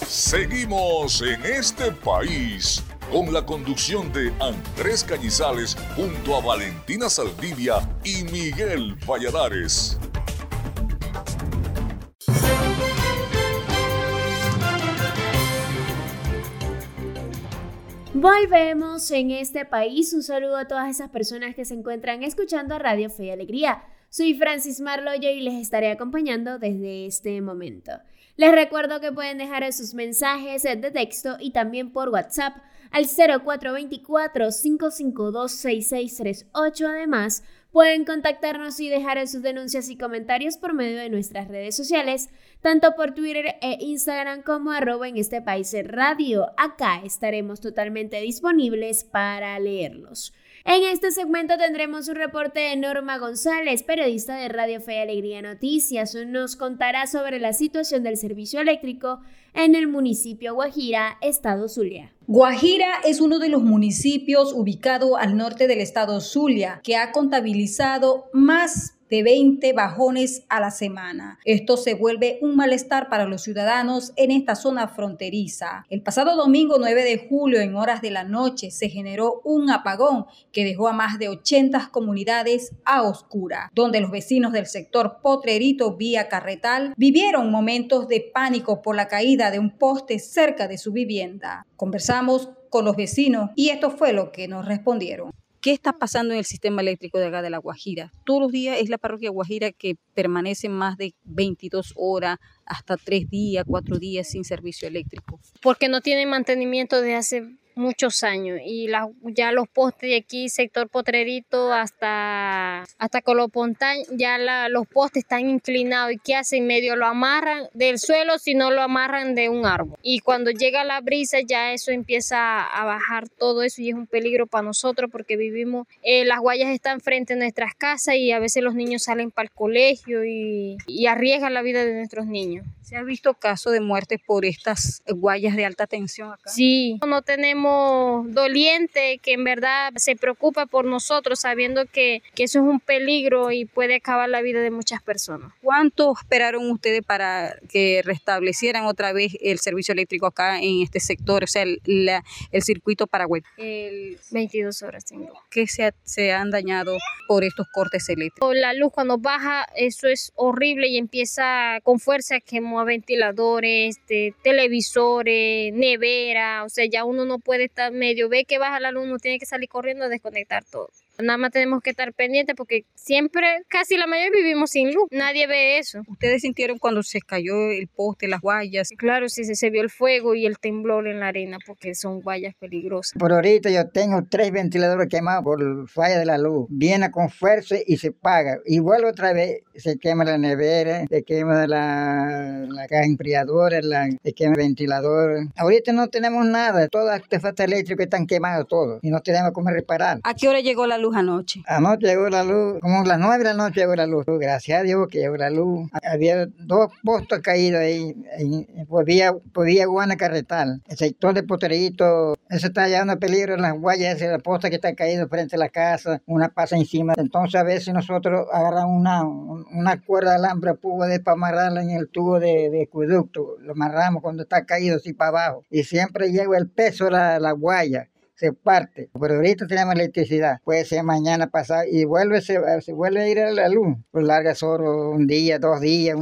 Seguimos en este país con la conducción de Andrés Cañizales junto a Valentina Saldivia y Miguel Valladares. Volvemos en este país. Un saludo a todas esas personas que se encuentran escuchando Radio Fe y Alegría. Soy Francis Marloyo y les estaré acompañando desde este momento. Les recuerdo que pueden dejar sus mensajes de texto y también por WhatsApp al 0424-552-6638. Además, pueden contactarnos y dejar sus denuncias y comentarios por medio de nuestras redes sociales, tanto por Twitter e Instagram como @en este país radio. Acá estaremos totalmente disponibles para leerlos. En este segmento tendremos un reporte de Norma González, periodista de Radio Fe y Alegría Noticias. Nos contará sobre la situación del servicio eléctrico en el municipio Guajira, estado Zulia. Guajira es uno de los municipios ubicado al norte del estado Zulia, que ha contabilizado más de 20 bajones a la semana. Esto se vuelve un malestar para los ciudadanos en esta zona fronteriza. El pasado domingo 9 de julio, en horas de la noche, se generó un apagón que dejó a más de 80 comunidades a oscura, donde los vecinos del sector Potrerito vía Carretal vivieron momentos de pánico por la caída de un poste cerca de su vivienda. Conversamos con los vecinos y esto fue lo que nos respondieron. ¿Qué está pasando en el sistema eléctrico de acá de La Guajira? Todos los días es la parroquia Guajira que permanece más de 22 horas, hasta 3 días, 4 días sin servicio eléctrico. Porque no tienen mantenimiento desde hace muchos años y ya los postes de aquí, sector Potrerito hasta Colopontán, ya los postes están inclinados y ¿qué hacen? Medio lo amarran del suelo, si no lo amarran de un árbol. Y cuando llega la brisa ya eso empieza a bajar todo eso y es un peligro para nosotros porque vivimos, las guayas están frente a nuestras casas y a veces los niños salen para el colegio y arriesgan la vida de nuestros niños. ¿Se ha visto casos de muerte por estas guayas de alta tensión acá? Sí, no tenemos doliente que en verdad se preocupa por nosotros sabiendo que eso es un peligro y puede acabar la vida de muchas personas. ¿Cuánto esperaron ustedes para que restablecieran otra vez el servicio eléctrico acá en este sector, o sea, el circuito Paraguay? 22 horas sin luz. ¿Qué se han dañado por estos cortes eléctricos? La luz cuando baja, eso es horrible y empieza con fuerza a quemar ventiladores, televisores, nevera, o sea, ya uno no puede estar medio, ve que baja la luz, uno tiene que salir corriendo a desconectar todo. Nada más tenemos que estar pendientes porque siempre, casi la mayoría vivimos sin luz, nadie ve eso. ¿Ustedes sintieron cuando se cayó el poste, las guayas? Claro, sí, se vio el fuego y el temblor en la arena porque son guayas peligrosas. Por ahorita yo tengo 3 ventiladores quemados por falla de la luz. Viene con fuerza y se paga. Igual otra vez se quema la nevera, se quema la caja enfriadora, se quema el ventilador. Ahorita no tenemos nada, todos los artefactos eléctricos están quemados todos y no tenemos cómo reparar. ¿A qué hora llegó la luz anoche? Anoche llegó la luz, como a las 9 de la noche llegó la luz. Gracias a Dios que llegó la luz. Había 2 postes caídos ahí, por vía Guana Carretal. El sector de Potrerito, eso está llevando peligro en las guayas, ese poste que está caído frente a la casa, una pasa encima. Entonces a veces nosotros agarramos una cuerda de alambre para amarrarla en el tubo de acueducto. Lo amarramos cuando está caído así para abajo. Y siempre lleva el peso de la guaya. Se parte, pero ahorita tenemos electricidad, puede ser mañana pasado y se vuelve a ir a la luz, por largas horas, un día, 2 días,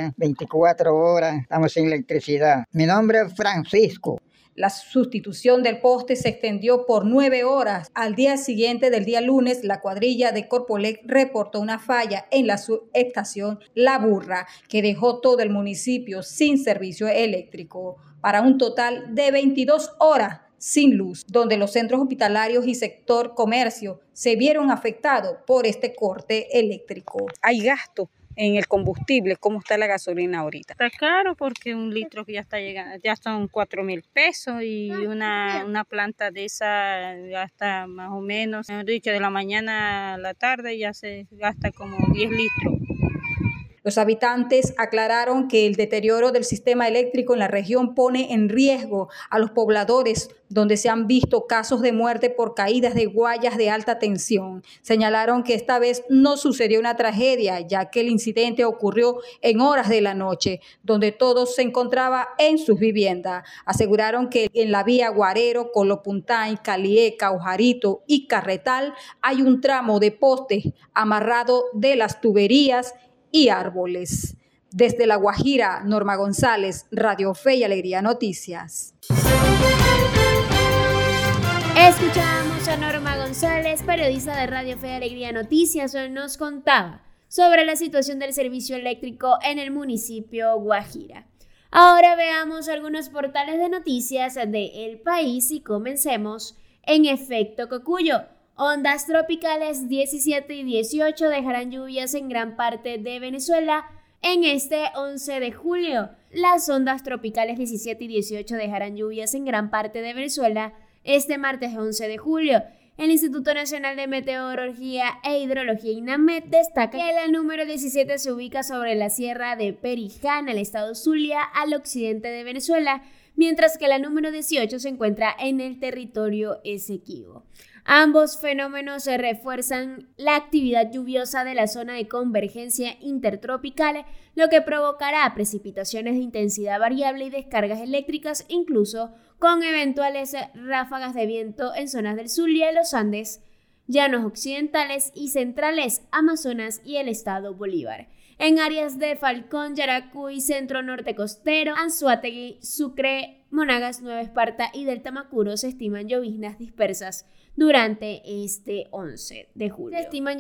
24 horas, estamos sin electricidad. Mi nombre es Francisco. La sustitución del poste se extendió por 9 horas. Al día siguiente del día lunes, la cuadrilla de Corpolec reportó una falla en la subestación La Burra, que dejó todo el municipio sin servicio eléctrico, para un total de 22 horas sin luz, donde los centros hospitalarios y sector comercio se vieron afectados por este corte eléctrico. Hay gasto en el combustible. ¿Cómo está la gasolina ahorita? Está caro porque un litro que ya está llegando, ya son 4,000 pesos y una planta de esa gasta más o menos, mejor dicho, de la mañana a la tarde ya se gasta como 10 litros. Los habitantes aclararon que el deterioro del sistema eléctrico en la región pone en riesgo a los pobladores, donde se han visto casos de muerte por caídas de guayas de alta tensión. Señalaron que esta vez no sucedió una tragedia, ya que el incidente ocurrió en horas de la noche, donde todos se encontraban en sus viviendas. Aseguraron que en la vía Guarero, Colopuntay, Calieca, Ojarito y Carretal hay un tramo de postes amarrado de las tuberías y árboles. Desde La Guajira, Norma González, Radio Fe y Alegría Noticias. Escuchamos a Norma González, periodista de Radio Fe y Alegría Noticias, nos contaba sobre la situación del servicio eléctrico en el municipio Guajira. Ahora veamos algunos portales de noticias de El País y comencemos en Efecto Cocuyo. Ondas tropicales 17 y 18 dejarán lluvias en gran parte de Venezuela en este 11 de julio. Las ondas tropicales 17 y 18 dejarán lluvias en gran parte de Venezuela este martes 11 de julio. El Instituto Nacional de Meteorología e Hidrología INAMED destaca que la número 17 se ubica sobre la sierra de Perijá, en el estado Zulia, al occidente de Venezuela, mientras que la número 18 se encuentra en el territorio Esequibo. Ambos fenómenos refuerzan la actividad lluviosa de la zona de convergencia intertropical, lo que provocará precipitaciones de intensidad variable y descargas eléctricas, incluso con eventuales ráfagas de viento en zonas del Zulia, los Andes, llanos occidentales y centrales, Amazonas y el estado Bolívar. En áreas de Falcón, Yaracuy, Centro Norte Costero, Anzoátegui, Sucre, Monagas, Nueva Esparta y Delta Macuro se estiman lloviznas dispersas durante este 11 de julio.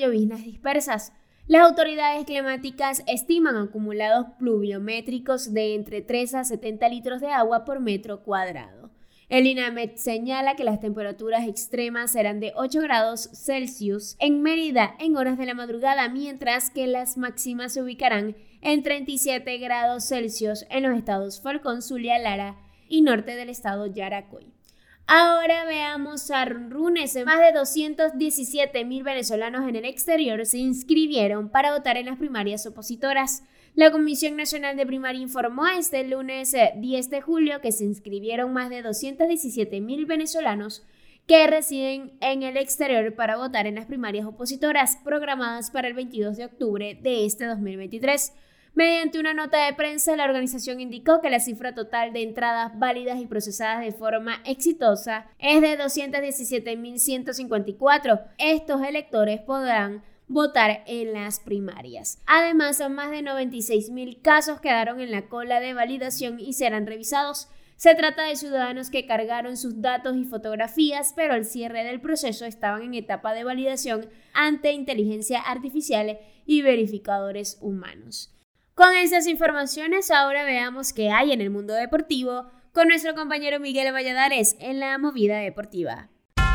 Las autoridades climáticas estiman acumulados pluviométricos de entre 3 a 70 litros de agua por metro cuadrado. El INAMED señala que las temperaturas extremas serán de 8 grados Celsius en Mérida en horas de la madrugada, mientras que las máximas se ubicarán en 37 grados Celsius en los estados Falcón, Zulia, Lara y norte del estado Yaracuy. Ahora veamos a Runes. Más de 217,000 venezolanos en el exterior se inscribieron para votar en las primarias opositoras. La Comisión Nacional de Primaria informó este lunes 10 de julio que se inscribieron más de 217,000 venezolanos que residen en el exterior para votar en las primarias opositoras programadas para el 22 de octubre de este 2023. Mediante una nota de prensa, la organización indicó que la cifra total de entradas válidas y procesadas de forma exitosa es de 217,154. Estos electores podrán votar en las primarias. Además, más de 96,000 casos quedaron en la cola de validación y serán revisados. Se trata de ciudadanos que cargaron sus datos y fotografías, pero al cierre del proceso estaban en etapa de validación ante inteligencia artificial y verificadores humanos. Con estas informaciones, ahora veamos qué hay en el mundo deportivo con nuestro compañero Miguel Valladares en la Movida Deportiva.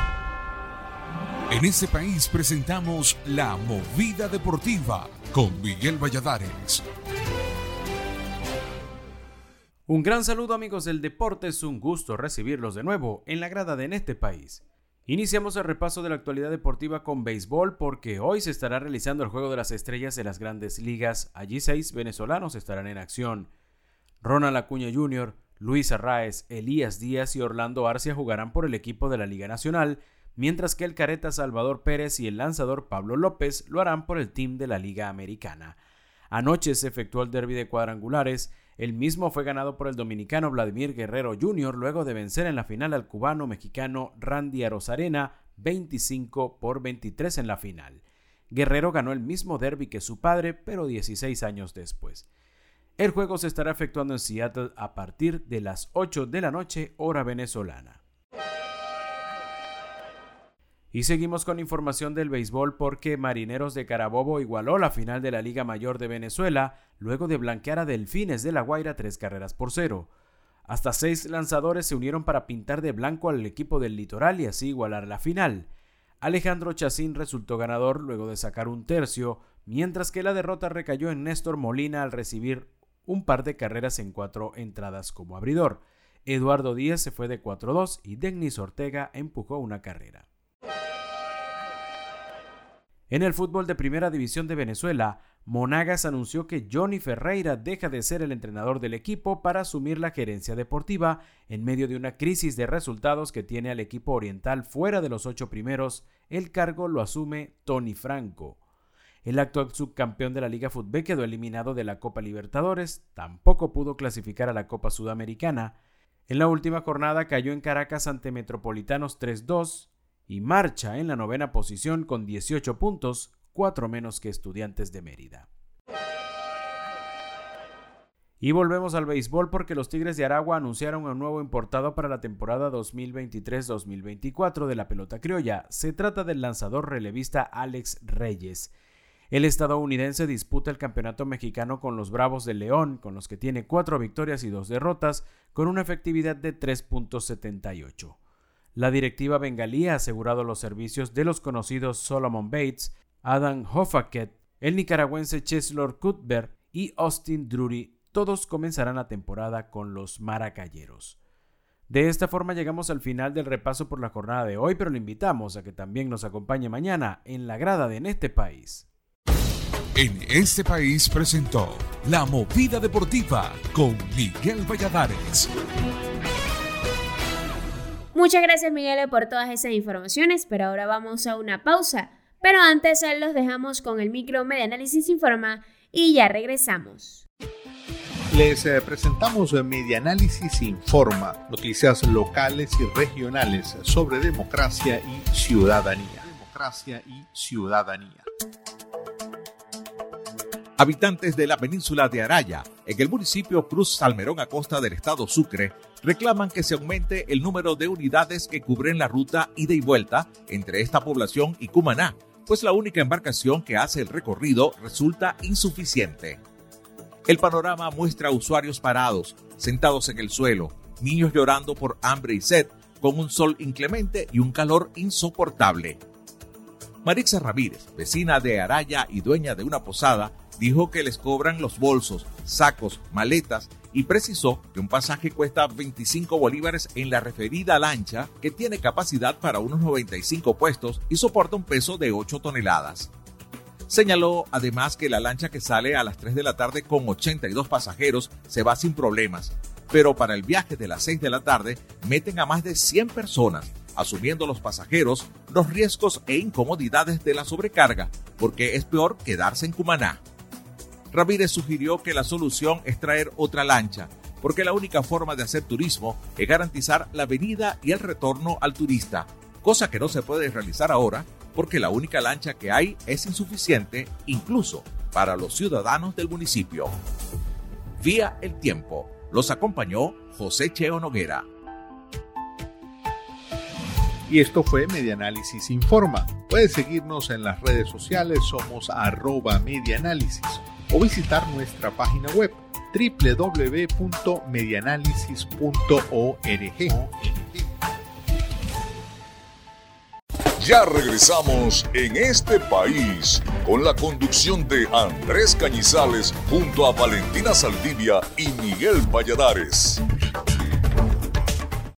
En este país presentamos la Movida Deportiva con Miguel Valladares. Un gran saludo, amigos del deporte, es un gusto recibirlos de nuevo en la grada de En este país. Iniciamos el repaso de la actualidad deportiva con béisbol porque hoy se estará realizando el Juego de las Estrellas de las Grandes Ligas. Allí 6 venezolanos estarán en acción. Ronald Acuña Jr., Luis Arraez, Elías Díaz y Orlando Arcia jugarán por el equipo de la Liga Nacional, mientras que el careta Salvador Pérez y el lanzador Pablo López lo harán por el team de la Liga Americana. Anoche se efectuó el derbi de cuadrangulares. El mismo fue ganado por el dominicano Vladimir Guerrero Jr. luego de vencer en la final al cubano-mexicano Randy Arozarena 25-23 en la final. Guerrero ganó el mismo derbi que su padre, pero 16 años después. El juego se estará efectuando en Seattle a partir de las 8 de la noche, hora venezolana. Y seguimos con información del béisbol porque Marineros de Carabobo igualó la final de la Liga Mayor de Venezuela luego de blanquear a Delfines de La Guaira 3-0. Hasta 6 lanzadores se unieron para pintar de blanco al equipo del Litoral y así igualar la final. Alejandro Chacín resultó ganador luego de sacar un tercio, mientras que la derrota recayó en Néstor Molina al recibir un par de carreras en 4 entradas como abridor. Eduardo Díaz se fue de 4-2 y Denis Ortega empujó una carrera. En el fútbol de Primera División de Venezuela, Monagas anunció que Johnny Ferreira deja de ser el entrenador del equipo para asumir la gerencia deportiva en medio de una crisis de resultados que tiene al equipo oriental fuera de los 8 primeros. El cargo lo asume Tony Franco. El actual subcampeón de la Liga Fútbol quedó eliminado de la Copa Libertadores, tampoco pudo clasificar a la Copa Sudamericana. En la última jornada cayó en Caracas ante Metropolitanos 3-2 y marcha en la 9ª posición con 18 puntos, 4 menos que Estudiantes de Mérida. Y volvemos al béisbol porque los Tigres de Aragua anunciaron un nuevo importado para la temporada 2023-2024 de la pelota criolla. Se trata del lanzador relevista Alex Reyes. El estadounidense disputa el campeonato mexicano con los Bravos de León, con los que tiene 4 victorias y 2 derrotas, con una efectividad de 3.78. La directiva bengalí ha asegurado los servicios de los conocidos Solomon Bates, Adam Hoffaket, el nicaragüense Cheslor Cuthbert y Austin Drury. Todos comenzarán la temporada con los Maracayeros. De esta forma llegamos al final del repaso por la jornada de hoy, pero le invitamos a que también nos acompañe mañana en la grada de En este País. En este país presentó La Movida Deportiva con Miguel Valladares. Muchas gracias, Miguel, por todas esas informaciones, pero ahora vamos a una pausa. Pero antes los dejamos con el micro Medianálisis Informa y ya regresamos. Les presentamos Medianálisis Informa, noticias locales y regionales sobre democracia y ciudadanía. Habitantes de la península de Araya, en el municipio Cruz Salmerón, a costa del estado Sucre, reclaman que se aumente el número de unidades que cubren la ruta ida y vuelta entre esta población y Cumaná, pues la única embarcación que hace el recorrido resulta insuficiente. El panorama muestra a usuarios parados, sentados en el suelo, niños llorando por hambre y sed, con un sol inclemente y un calor insoportable. Marixa Ramírez, vecina de Araya y dueña de una posada, dijo que les cobran los bolsos, sacos, maletas y precisó que un pasaje cuesta 25 bolívares en la referida lancha, que tiene capacidad para unos 95 puestos y soporta un peso de 8 toneladas. Señaló además que la lancha que sale a las 3 de la tarde con 82 pasajeros se va sin problemas, pero para el viaje de las 6 de la tarde meten a más de 100 personas, asumiendo los pasajeros los riesgos e incomodidades de la sobrecarga, porque es peor quedarse en Cumaná. Ramírez sugirió que la solución es traer otra lancha, porque la única forma de hacer turismo es garantizar la venida y el retorno al turista, cosa que no se puede realizar ahora, porque la única lancha que hay es insuficiente, incluso para los ciudadanos del municipio. Vía El Tiempo, los acompañó José Cheo Noguera. Y esto fue Medianálisis Informa. Puedes seguirnos en las redes sociales, somos @Medianálisis, o visitar nuestra página web www.medianálisis.org. Ya regresamos en este país con la conducción de Andrés Cañizales junto a Valentina Saldivia y Miguel Valladares.